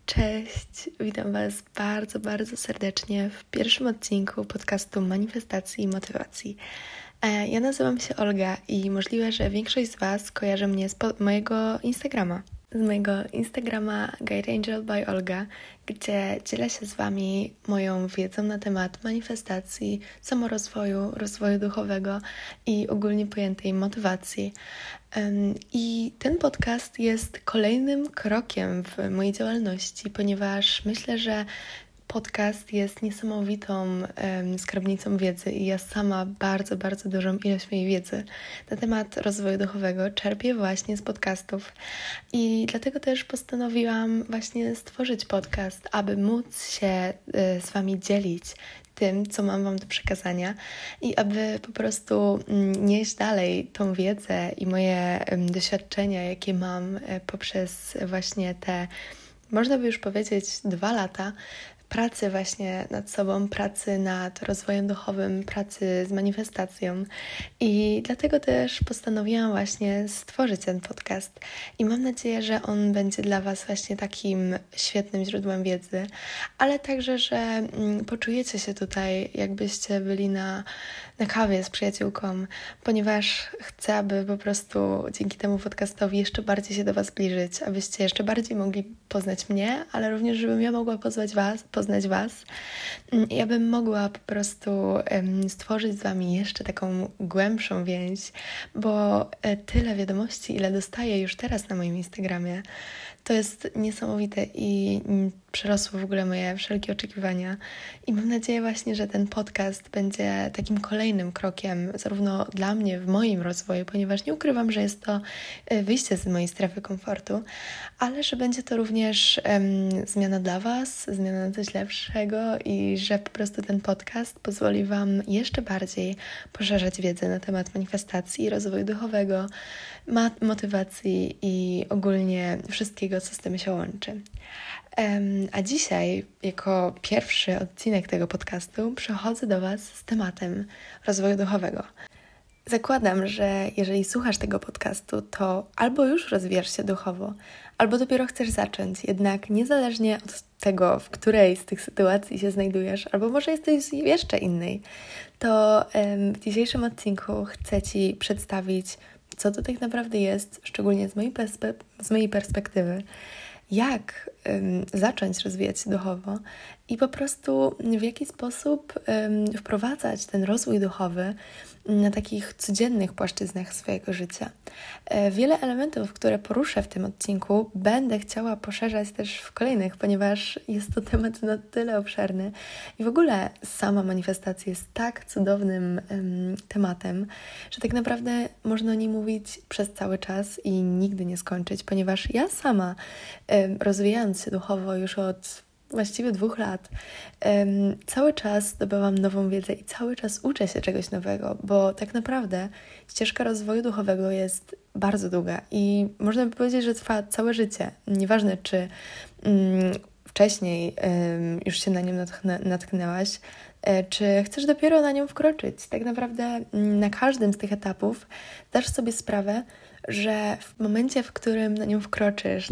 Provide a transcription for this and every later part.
Cześć, witam Was bardzo, bardzo serdecznie w pierwszym odcinku podcastu Manifestacji i Motywacji. Ja nazywam się Olga i możliwe, że większość z Was kojarzy mnie z mojego Instagrama. Z mojego Instagrama Guide Angel by Olga, gdzie dzielę się z Wami moją wiedzą na temat manifestacji, samorozwoju, rozwoju duchowego i ogólnie pojętej motywacji. I ten podcast jest kolejnym krokiem w mojej działalności, ponieważ myślę, że podcast jest niesamowitą skarbnicą wiedzy i ja sama bardzo, bardzo dużą ilość mojej wiedzy na temat rozwoju duchowego czerpię właśnie z podcastów. I dlatego też postanowiłam właśnie stworzyć podcast, aby móc się z Wami dzielić tym, co mam Wam do przekazania i aby po prostu nieść dalej tą wiedzę i moje doświadczenia, jakie mam poprzez właśnie te, można by już powiedzieć, 2 lata pracy właśnie nad sobą, pracy nad rozwojem duchowym, pracy z manifestacją i dlatego też postanowiłam właśnie stworzyć ten podcast i mam nadzieję, że on będzie dla Was właśnie takim świetnym źródłem wiedzy, ale także, że poczujecie się tutaj, jakbyście byli na kawie z przyjaciółką, ponieważ chcę, aby po prostu dzięki temu podcastowi jeszcze bardziej się do Was zbliżyć, abyście jeszcze bardziej mogli poznać mnie, ale również, żebym ja mogła poznać Was i abym mogła po prostu stworzyć z Wami jeszcze taką głębszą więź, bo tyle wiadomości, ile dostaję już teraz na moim Instagramie, to jest niesamowite i przerosło w ogóle moje wszelkie oczekiwania i mam nadzieję właśnie, że ten podcast będzie takim kolejnym krokiem zarówno dla mnie w moim rozwoju, ponieważ nie ukrywam, że jest to wyjście z mojej strefy komfortu, ale że będzie to również zmiana dla Was, zmiana na coś lepszego i że po prostu ten podcast pozwoli Wam jeszcze bardziej poszerzać wiedzę na temat manifestacji i rozwoju duchowego, motywacji i ogólnie wszystkiego, co z tym się łączy. A dzisiaj, jako pierwszy odcinek tego podcastu, przechodzę do Was z tematem rozwoju duchowego. Zakładam, że jeżeli słuchasz tego podcastu, to albo już rozwijasz się duchowo, albo dopiero chcesz zacząć, jednak niezależnie od tego, w której z tych sytuacji się znajdujesz, albo może jesteś w jeszcze innej, to w dzisiejszym odcinku chcę Ci przedstawić, co to tak naprawdę jest, szczególnie z mojej perspektywy, jak zacząć rozwijać się duchowo i po prostu w jaki sposób wprowadzać ten rozwój duchowy na takich codziennych płaszczyznach swojego życia. Wiele elementów, które poruszę w tym odcinku, będę chciała poszerzać też w kolejnych, ponieważ jest to temat na tyle obszerny i w ogóle sama manifestacja jest tak cudownym tematem, że tak naprawdę można o niej mówić przez cały czas i nigdy nie skończyć, ponieważ ja sama rozwijając się duchowo już od właściwie 2 lat, cały czas zdobywam nową wiedzę i cały czas uczę się czegoś nowego, bo tak naprawdę ścieżka rozwoju duchowego jest bardzo długa i można by powiedzieć, że trwa całe życie. Nieważne, czy wcześniej już się na nią natknęłaś, czy chcesz dopiero na nią wkroczyć. Tak naprawdę na każdym z tych etapów dasz sobie sprawę, że w momencie, w którym na nią wkroczysz,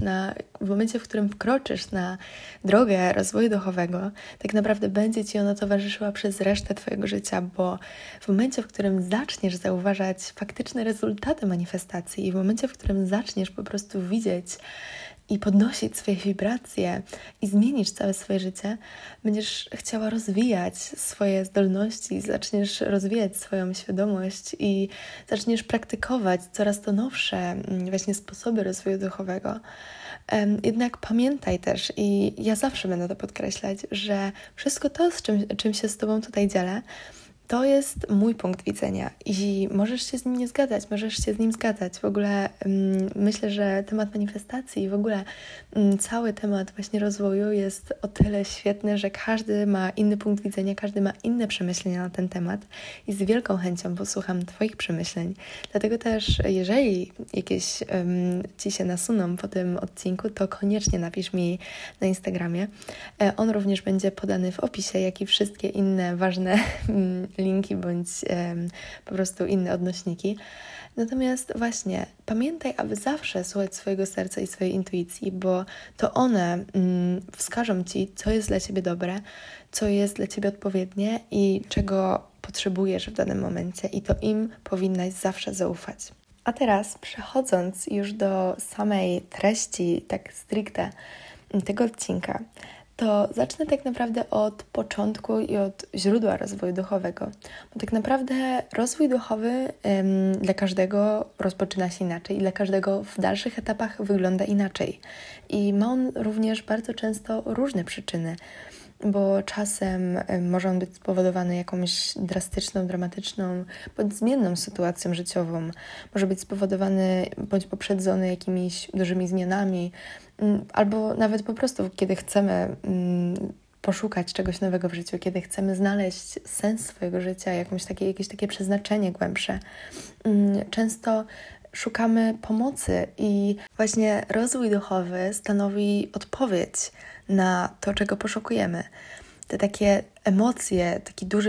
na drogę rozwoju duchowego, tak naprawdę będzie Ci ona towarzyszyła przez resztę Twojego życia, bo w momencie, w którym zaczniesz zauważać faktyczne rezultaty manifestacji i w momencie, w którym zaczniesz po prostu widzieć i podnosić swoje wibracje i zmienić całe swoje życie, będziesz chciała rozwijać swoje zdolności, zaczniesz rozwijać swoją świadomość i zaczniesz praktykować coraz to nowsze właśnie sposoby rozwoju duchowego. Jednak pamiętaj też, i ja zawsze będę to podkreślać, że wszystko to, czym się z Tobą tutaj dzielę, to jest mój punkt widzenia i możesz się z nim nie zgadzać, możesz się z nim zgadzać. W ogóle myślę, że temat manifestacji i w ogóle cały temat właśnie rozwoju jest o tyle świetny, że każdy ma inny punkt widzenia, każdy ma inne przemyślenia na ten temat i z wielką chęcią posłucham Twoich przemyśleń. Dlatego też, jeżeli jakieś Ci się nasuną po tym odcinku, to koniecznie napisz mi na Instagramie. On również będzie podany w opisie, jak i wszystkie inne ważne linki bądź po prostu inne odnośniki. Natomiast właśnie pamiętaj, aby zawsze słuchać swojego serca i swojej intuicji, bo to one wskażą Ci, co jest dla Ciebie dobre, co jest dla Ciebie odpowiednie i czego potrzebujesz w danym momencie i to im powinnaś zawsze zaufać. A teraz przechodząc już do samej treści, tak stricte tego odcinka, to zacznę tak naprawdę od początku i od źródła rozwoju duchowego. Bo tak naprawdę rozwój duchowy dla każdego rozpoczyna się inaczej i dla każdego w dalszych etapach wygląda inaczej. I ma on również bardzo często różne przyczyny, bo czasem może on być spowodowany jakąś drastyczną, dramatyczną bądź zmienną sytuacją życiową. Może być spowodowany bądź poprzedzony jakimiś dużymi zmianami, albo nawet po prostu, kiedy chcemy poszukać czegoś nowego w życiu, kiedy chcemy znaleźć sens swojego życia, jakieś takie przeznaczenie głębsze. Często szukamy pomocy i właśnie rozwój duchowy stanowi odpowiedź na to, czego poszukujemy. Te takie emocje, taki duży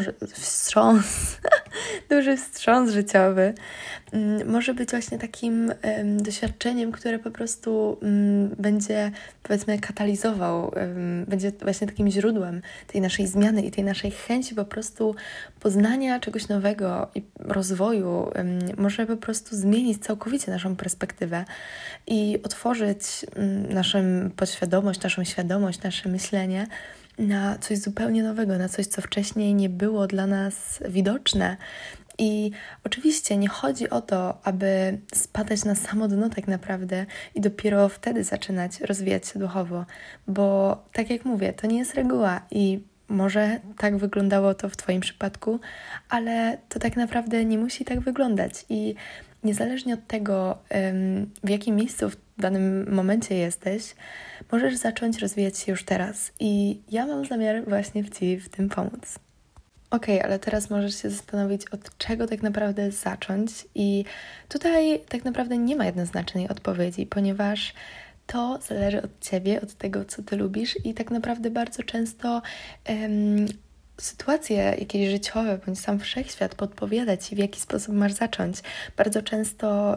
duży wstrząs życiowy może być właśnie takim doświadczeniem, które po prostu będzie, powiedzmy, katalizował, będzie właśnie takim źródłem tej naszej zmiany i tej naszej chęci po prostu poznania czegoś nowego i rozwoju. Może po prostu zmienić całkowicie naszą perspektywę i otworzyć naszą podświadomość, naszą świadomość, nasze myślenie na coś zupełnie nowego, na coś, co wcześniej nie było dla nas widoczne. I oczywiście nie chodzi o to, aby spadać na samo dno tak naprawdę i dopiero wtedy zaczynać rozwijać się duchowo, bo tak jak mówię, to nie jest reguła i może tak wyglądało to w Twoim przypadku, ale to tak naprawdę nie musi tak wyglądać i niezależnie od tego, w jakim miejscu w danym momencie jesteś, możesz zacząć rozwijać się już teraz i ja mam zamiar właśnie Ci w tym pomóc. Okej, ale teraz możesz się zastanowić, od czego tak naprawdę zacząć i tutaj tak naprawdę nie ma jednoznacznej odpowiedzi, ponieważ to zależy od Ciebie, od tego, co Ty lubisz i tak naprawdę bardzo często sytuacje jakieś życiowe bądź sam wszechświat podpowiada Ci, w jaki sposób masz zacząć. Bardzo często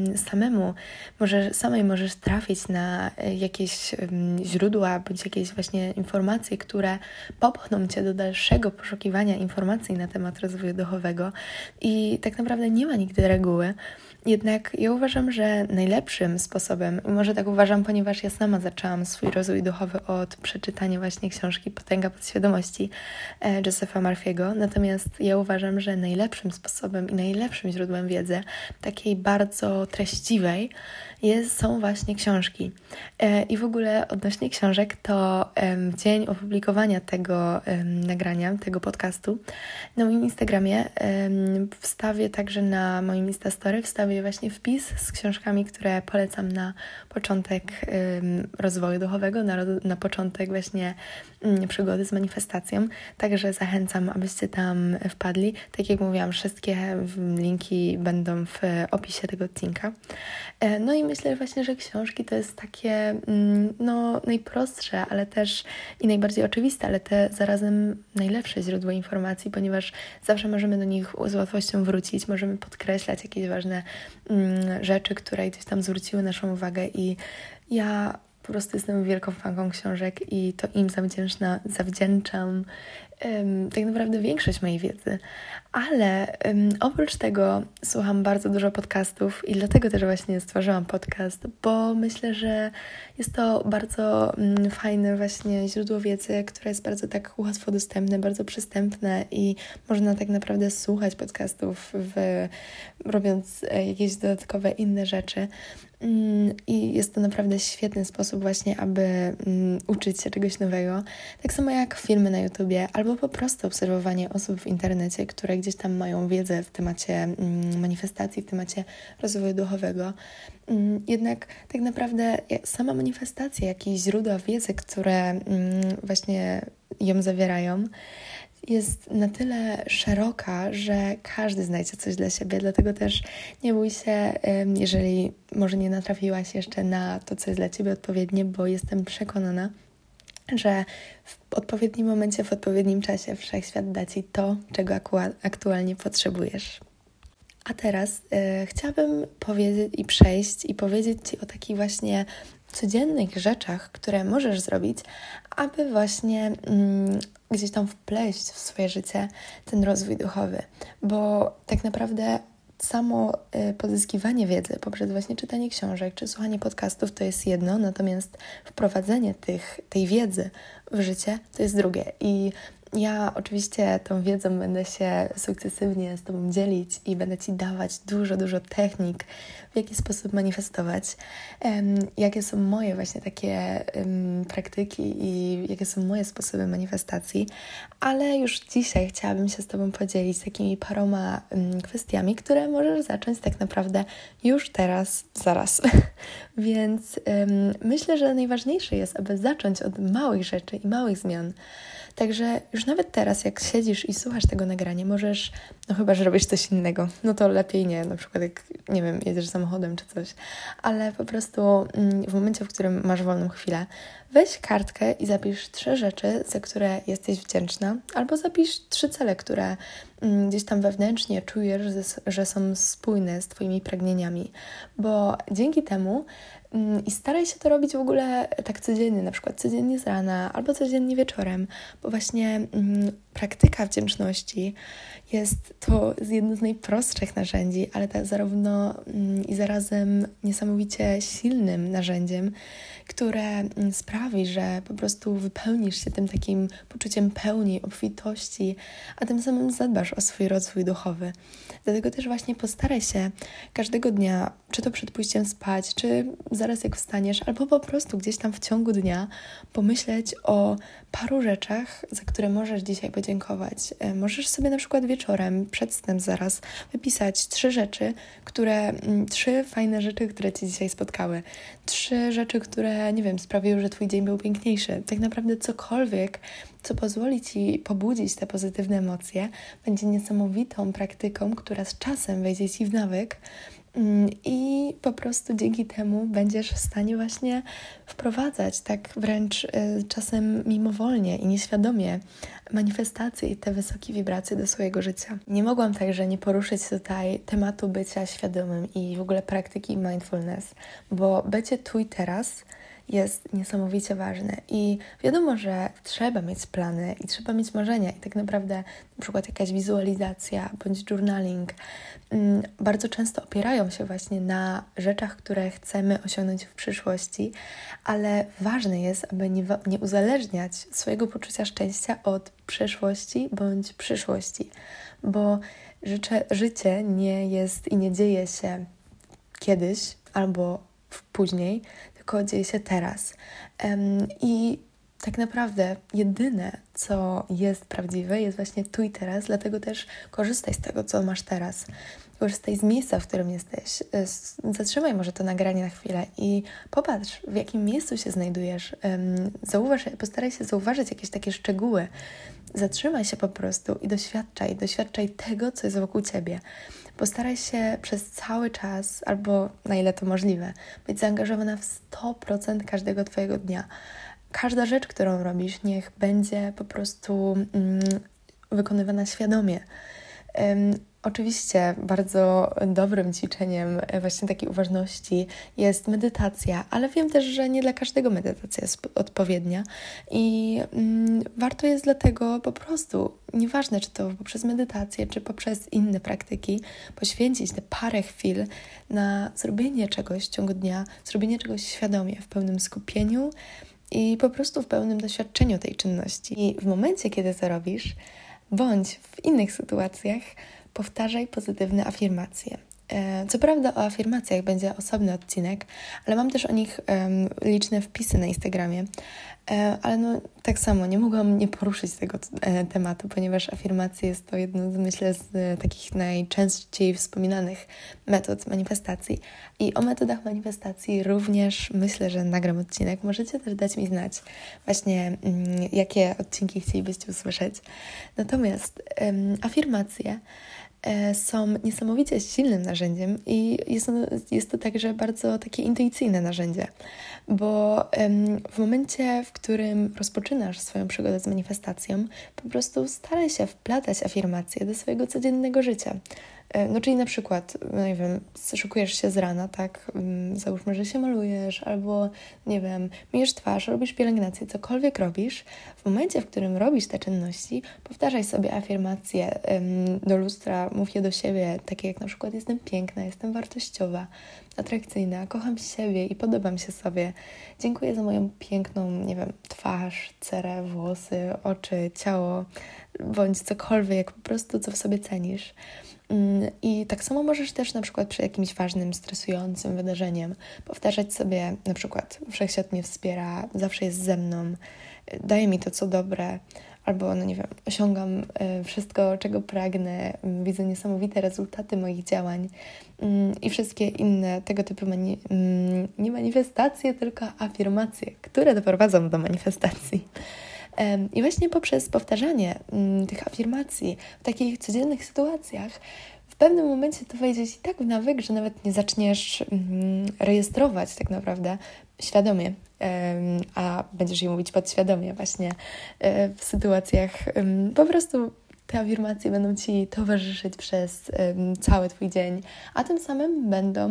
samej możesz trafić na jakieś źródła bądź jakieś właśnie informacje, które popchną Cię do dalszego poszukiwania informacji na temat rozwoju duchowego i tak naprawdę nie ma nigdy reguły. Jednak ja uważam, że najlepszym sposobem, i może tak uważam, ponieważ ja sama zaczęłam swój rozwój duchowy od przeczytania właśnie książki Potęga Podświadomości Josepha Murphy'ego, natomiast ja uważam, że najlepszym sposobem i najlepszym źródłem wiedzy, takiej bardzo treściwej, są właśnie książki. I w ogóle odnośnie książek, to w dzień opublikowania tego nagrania, tego podcastu, na moim Instagramie wstawię także na moim Instastory, wstawię właśnie wpis z książkami, które polecam na początek rozwoju duchowego, na początek właśnie przygody z manifestacją. Także zachęcam, abyście tam wpadli. Tak jak mówiłam, wszystkie linki będą w opisie tego odcinka. No i myślę właśnie, że książki to jest takie najprostsze, ale też i najbardziej oczywiste, ale te zarazem najlepsze źródło informacji, ponieważ zawsze możemy do nich z łatwością wrócić, możemy podkreślać jakieś ważne rzeczy, które gdzieś tam zwróciły naszą uwagę i ja po prostu jestem wielką fanką książek i to im zawdzięczam tak naprawdę większość mojej wiedzy. Ale oprócz tego słucham bardzo dużo podcastów i dlatego też właśnie stworzyłam podcast, bo myślę, że jest to bardzo fajne właśnie źródło wiedzy, które jest bardzo tak łatwo dostępne, bardzo przystępne i można tak naprawdę słuchać podcastów robiąc jakieś dodatkowe inne rzeczy. I jest to naprawdę świetny sposób właśnie, aby uczyć się czegoś nowego. Tak samo jak filmy na YouTubie, albo po prostu obserwowanie osób w internecie, które gdzieś tam mają wiedzę w temacie manifestacji, w temacie rozwoju duchowego. Jednak tak naprawdę sama manifestacja, jakieś źródła wiedzy, które właśnie ją zawierają, jest na tyle szeroka, że każdy znajdzie coś dla siebie, dlatego też nie bój się, jeżeli może nie natrafiłaś jeszcze na to, co jest dla Ciebie odpowiednie, bo jestem przekonana, że w odpowiednim momencie, w odpowiednim czasie Wszechświat da Ci to, czego aktualnie potrzebujesz. A teraz chciałabym powiedzieć i przejść i powiedzieć Ci o takich właśnie codziennych rzeczach, które możesz zrobić, aby właśnie gdzieś tam wpleść w swoje życie ten rozwój duchowy. Bo tak naprawdę samo pozyskiwanie wiedzy poprzez właśnie czytanie książek czy słuchanie podcastów to jest jedno, natomiast wprowadzenie tej wiedzy w życie to jest drugie. I ja oczywiście tą wiedzą będę się sukcesywnie z Tobą dzielić i będę Ci dawać dużo technik, w jaki sposób manifestować, jakie są moje właśnie takie praktyki i jakie są moje sposoby manifestacji, ale już dzisiaj chciałabym się z Tobą podzielić takimi paroma kwestiami, które możesz zacząć tak naprawdę już teraz, zaraz. Więc myślę, że najważniejsze jest, aby zacząć od małych rzeczy i małych zmian. Także już nawet teraz, jak siedzisz i słuchasz tego nagrania, możesz, no chyba, że robisz coś innego, no to lepiej nie, na przykład jak, nie wiem, jedziesz samochodem czy coś, ale po prostu w momencie, w którym masz wolną chwilę, weź kartkę i zapisz 3 rzeczy, za które jesteś wdzięczna, albo zapisz 3 cele, które gdzieś tam wewnętrznie czujesz, że są spójne z Twoimi pragnieniami, bo dzięki temu i staraj się to robić w ogóle tak codziennie, na przykład codziennie z rana albo codziennie wieczorem, bo właśnie praktyka wdzięczności jest to jedno z najprostszych narzędzi, ale tak zarówno i zarazem niesamowicie silnym narzędziem, które sprawi, że po prostu wypełnisz się tym takim poczuciem pełni, obfitości, a tym samym zadbasz o swój rozwój duchowy. Dlatego też właśnie postaraj się każdego dnia, czy to przed pójściem spać, czy zaraz jak wstaniesz, albo po prostu gdzieś tam w ciągu dnia pomyśleć o paru rzeczach, za które możesz dzisiaj podziękować. Możesz sobie na przykład wieczorem, przed snem zaraz, wypisać 3 rzeczy, 3 fajne rzeczy, które Ci dzisiaj spotkały. 3 rzeczy, które, nie wiem, sprawiły, że Twój dzień był piękniejszy. Tak naprawdę cokolwiek, co pozwoli Ci pobudzić te pozytywne emocje, będzie niesamowitą praktyką, która z czasem wejdzie Ci w nawyk i po prostu dzięki temu będziesz w stanie właśnie wprowadzać tak wręcz czasem mimowolnie i nieświadomie manifestacje i te wysokie wibracje do swojego życia. Nie mogłam także nie poruszyć tutaj tematu bycia świadomym i w ogóle praktyki mindfulness, bo bycie tu i teraz jest niesamowicie ważne i wiadomo, że trzeba mieć plany i trzeba mieć marzenia i tak naprawdę na przykład jakaś wizualizacja bądź journaling bardzo często opierają się właśnie na rzeczach, które chcemy osiągnąć w przyszłości, ale ważne jest, aby nie uzależniać swojego poczucia szczęścia od przeszłości bądź przyszłości, bo życie nie jest i nie dzieje się kiedyś albo później, tylko dzieje się teraz. I tak naprawdę jedyne, co jest prawdziwe, jest właśnie tu i teraz, dlatego też korzystaj z tego, co masz teraz. Korzystaj z miejsca, w którym jesteś. Zatrzymaj może to nagranie na chwilę i popatrz, w jakim miejscu się znajdujesz. Postaraj się zauważyć jakieś takie szczegóły. Zatrzymaj się po prostu i doświadczaj tego, co jest wokół Ciebie. Postaraj się przez cały czas, albo na ile to możliwe, być zaangażowana w 100% każdego Twojego dnia. Każda rzecz, którą robisz, niech będzie po prostu wykonywana świadomie. Oczywiście bardzo dobrym ćwiczeniem właśnie takiej uważności jest medytacja, ale wiem też, że nie dla każdego medytacja jest odpowiednia i warto jest dlatego po prostu, nieważne czy to poprzez medytację, czy poprzez inne praktyki, poświęcić te parę chwil na zrobienie czegoś w ciągu dnia, zrobienie czegoś świadomie, w pełnym skupieniu i po prostu w pełnym doświadczeniu tej czynności. I w momencie, kiedy to robisz, bądź w innych sytuacjach, powtarzaj pozytywne afirmacje. Co prawda o afirmacjach będzie osobny odcinek, ale mam też o nich liczne wpisy na Instagramie, ale tak samo nie mogłam nie poruszyć tego tematu, ponieważ afirmacje jest to jedno myślę z takich najczęściej wspominanych metod manifestacji. I o metodach manifestacji również myślę, że nagram odcinek. Możecie też dać mi znać właśnie, jakie odcinki chcielibyście usłyszeć. Natomiast afirmacje są niesamowicie silnym narzędziem i jest to także bardzo takie intuicyjne narzędzie, bo w momencie, w którym rozpoczynasz swoją przygodę z manifestacją, po prostu staraj się wplatać afirmacje do swojego codziennego życia. No czyli na przykład, no nie wiem, szykujesz się z rana, tak, załóżmy, że się malujesz, albo nie wiem, myjesz twarz, robisz pielęgnację, cokolwiek robisz, w momencie, w którym robisz te czynności, powtarzaj sobie afirmacje do lustra, mów je do siebie, takie jak na przykład jestem piękna, jestem wartościowa, atrakcyjna, kocham siebie i podobam się sobie, dziękuję za moją piękną, nie wiem, twarz, cerę, włosy, oczy, ciało, bądź cokolwiek, po prostu co w sobie cenisz. I tak samo możesz też na przykład przy jakimś ważnym, stresującym wydarzeniem powtarzać sobie na przykład wszechświat mnie wspiera, zawsze jest ze mną, daje mi to, co dobre, albo no nie wiem, osiągam wszystko, czego pragnę, widzę niesamowite rezultaty moich działań i wszystkie inne tego typu nie manifestacje, tylko afirmacje, które doprowadzą do manifestacji. I właśnie poprzez powtarzanie tych afirmacji w takich codziennych sytuacjach w pewnym momencie to wejdzie Ci tak w nawyk, że nawet nie zaczniesz rejestrować tak naprawdę świadomie, a będziesz je mówić podświadomie właśnie w sytuacjach. Po prostu te afirmacje będą Ci towarzyszyć przez cały Twój dzień, a tym samym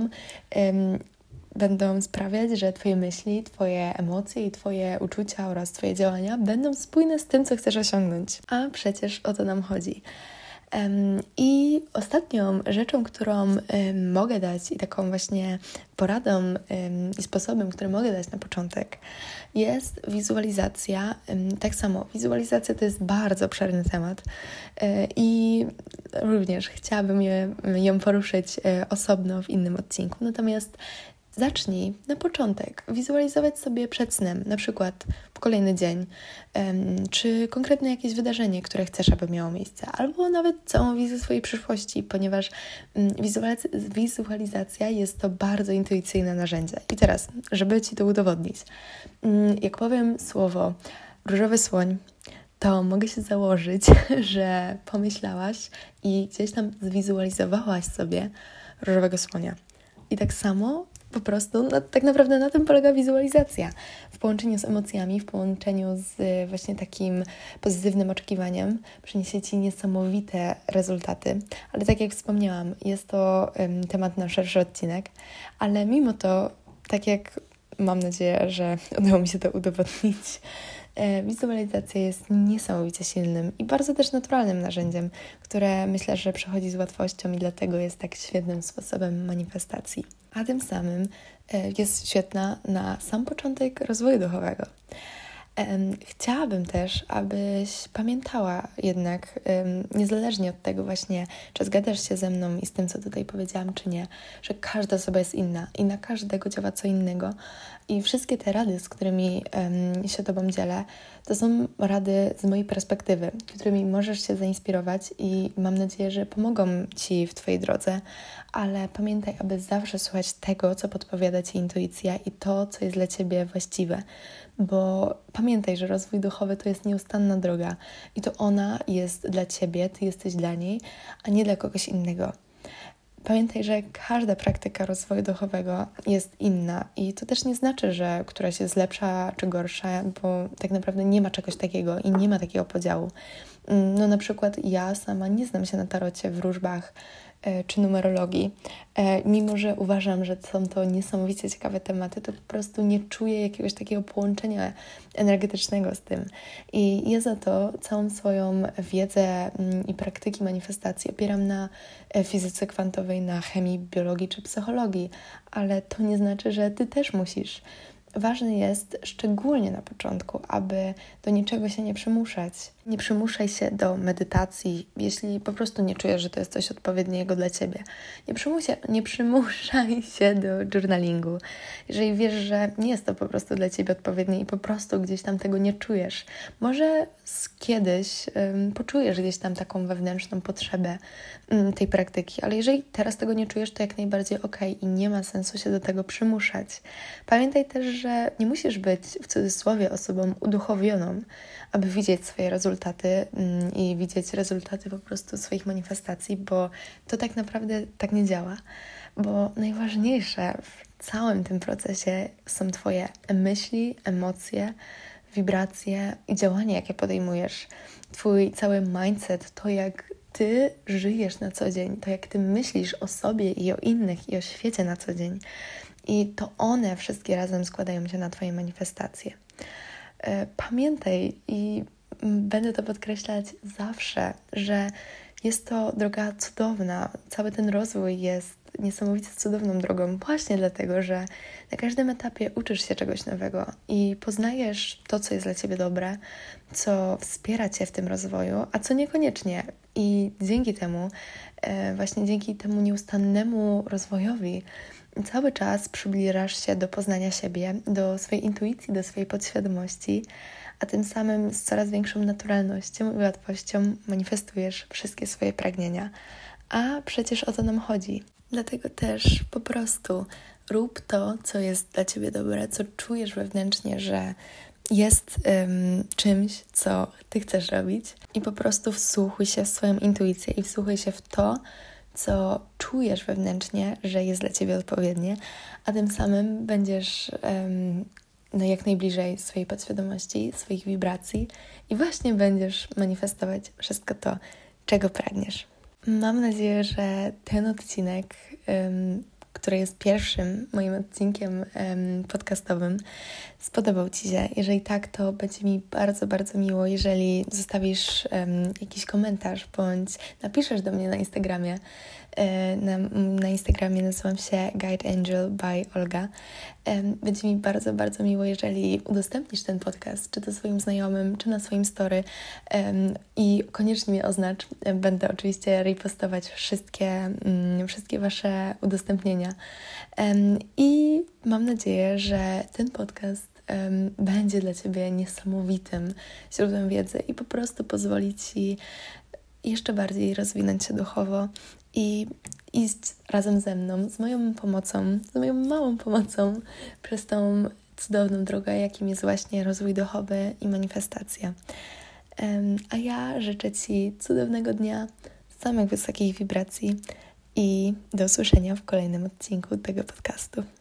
będą sprawiać, że Twoje myśli, Twoje emocje i Twoje uczucia oraz Twoje działania będą spójne z tym, co chcesz osiągnąć. A przecież o to nam chodzi. I ostatnią rzeczą, którą mogę dać i taką właśnie poradą i sposobem, który mogę dać na początek, jest wizualizacja. Tak samo, wizualizacja to jest bardzo obszerny temat i również chciałabym ją poruszyć osobno w innym odcinku. Natomiast zacznij na początek wizualizować sobie przed snem, na przykład kolejny dzień, czy konkretne jakieś wydarzenie, które chcesz, aby miało miejsce, albo nawet całą wizję swojej przyszłości, ponieważ wizualizacja jest to bardzo intuicyjne narzędzie. I teraz, żeby Ci to udowodnić, jak powiem słowo różowy słoń, to mogę się założyć, że pomyślałaś i gdzieś tam zwizualizowałaś sobie różowego słonia. I tak samo po prostu, tak naprawdę na tym polega wizualizacja. W połączeniu z emocjami, w połączeniu z właśnie takim pozytywnym oczekiwaniem przyniesie Ci niesamowite rezultaty. Ale tak jak wspomniałam, jest to temat na szerszy odcinek, ale mimo to, tak jak mam nadzieję, że udało mi się to udowodnić, wizualizacja jest niesamowicie silnym i bardzo też naturalnym narzędziem, które myślę, że przychodzi z łatwością i dlatego jest tak świetnym sposobem manifestacji. A tym samym jest świetna na sam początek rozwoju duchowego. Chciałabym też, abyś pamiętała jednak, niezależnie od tego właśnie, czy zgadzasz się ze mną i z tym, co tutaj powiedziałam, czy nie, że każda osoba jest inna i na każdego działa co innego i wszystkie te rady, z którymi się Tobą dzielę, to są rady z mojej perspektywy, którymi możesz się zainspirować i mam nadzieję, że pomogą Ci w Twojej drodze, ale pamiętaj, aby zawsze słuchać tego, co podpowiada Ci intuicja i to, co jest dla Ciebie właściwe, bo pamiętaj, że rozwój duchowy to jest nieustanna droga i to ona jest dla Ciebie, Ty jesteś dla niej, a nie dla kogoś innego. Pamiętaj, że każda praktyka rozwoju duchowego jest inna i to też nie znaczy, że któraś jest lepsza czy gorsza, bo tak naprawdę nie ma czegoś takiego i nie ma takiego podziału. No na przykład ja sama nie znam się na tarocie, wróżbach czy numerologii. Mimo że uważam, że są to niesamowicie ciekawe tematy, to po prostu nie czuję jakiegoś takiego połączenia energetycznego z tym. I ja za to całą swoją wiedzę i praktyki manifestacji opieram na fizyce kwantowej, na chemii, biologii czy psychologii, ale to nie znaczy, że Ty też musisz. Ważne jest, szczególnie na początku, aby do niczego się nie przymuszać. Nie przymuszaj się do medytacji, jeśli po prostu nie czujesz, że to jest coś odpowiedniego dla Ciebie. Nie przymuszaj się do journalingu, jeżeli wiesz, że nie jest to po prostu dla Ciebie odpowiednie i po prostu gdzieś tam tego nie czujesz. Może kiedyś poczujesz gdzieś tam taką wewnętrzną potrzebę tej praktyki, ale jeżeli teraz tego nie czujesz, to jak najbardziej okej i nie ma sensu się do tego przymuszać. Pamiętaj też, że nie musisz być w cudzysłowie osobą uduchowioną, aby widzieć swoje rezultaty i widzieć rezultaty po prostu swoich manifestacji, bo to tak naprawdę tak nie działa. Bo najważniejsze w całym tym procesie są Twoje myśli, emocje, wibracje i działania, jakie podejmujesz. Twój cały mindset, to jak Ty żyjesz na co dzień, to jak Ty myślisz o sobie i o innych i o świecie na co dzień. I to one wszystkie razem składają się na Twoje manifestacje. Pamiętaj i będę to podkreślać zawsze, że jest to droga cudowna. Cały ten rozwój jest niesamowicie cudowną drogą właśnie dlatego, że na każdym etapie uczysz się czegoś nowego i poznajesz to, co jest dla Ciebie dobre, co wspiera Cię w tym rozwoju, a co niekoniecznie. I dzięki temu, właśnie dzięki temu nieustannemu rozwojowi cały czas przybliżasz się do poznania siebie, do swojej intuicji, do swojej podświadomości, a tym samym z coraz większą naturalnością i łatwością manifestujesz wszystkie swoje pragnienia. A przecież o to nam chodzi. Dlatego też po prostu rób to, co jest dla Ciebie dobre, co czujesz wewnętrznie, że jest czymś, co Ty chcesz robić i po prostu wsłuchuj się w swoją intuicję i wsłuchuj się w to, co czujesz wewnętrznie, że jest dla Ciebie odpowiednie, a tym samym będziesz jak najbliżej swojej podświadomości, swoich wibracji i właśnie będziesz manifestować wszystko to, czego pragniesz. Mam nadzieję, że ten odcinek, który jest pierwszym moim odcinkiem podcastowym, spodobał Ci się. Jeżeli tak, to będzie mi bardzo, bardzo miło, jeżeli zostawisz jakiś komentarz bądź napiszesz do mnie na Instagramie. Na Instagramie nazywam się Guide Angel by Olga. Będzie mi bardzo, bardzo miło, jeżeli udostępnisz ten podcast, czy to swoim znajomym, czy na swoim story i koniecznie mnie oznacz. Będę oczywiście repostować wszystkie Wasze udostępnienia i mam nadzieję, że ten podcast będzie dla Ciebie niesamowitym źródłem wiedzy i po prostu pozwoli Ci jeszcze bardziej rozwinąć się duchowo i iść razem ze mną, z moją pomocą, z moją małą pomocą przez tą cudowną drogę, jakim jest właśnie rozwój duchowy i manifestacja. A ja życzę Ci cudownego dnia, samych wysokich wibracji i do usłyszenia w kolejnym odcinku tego podcastu.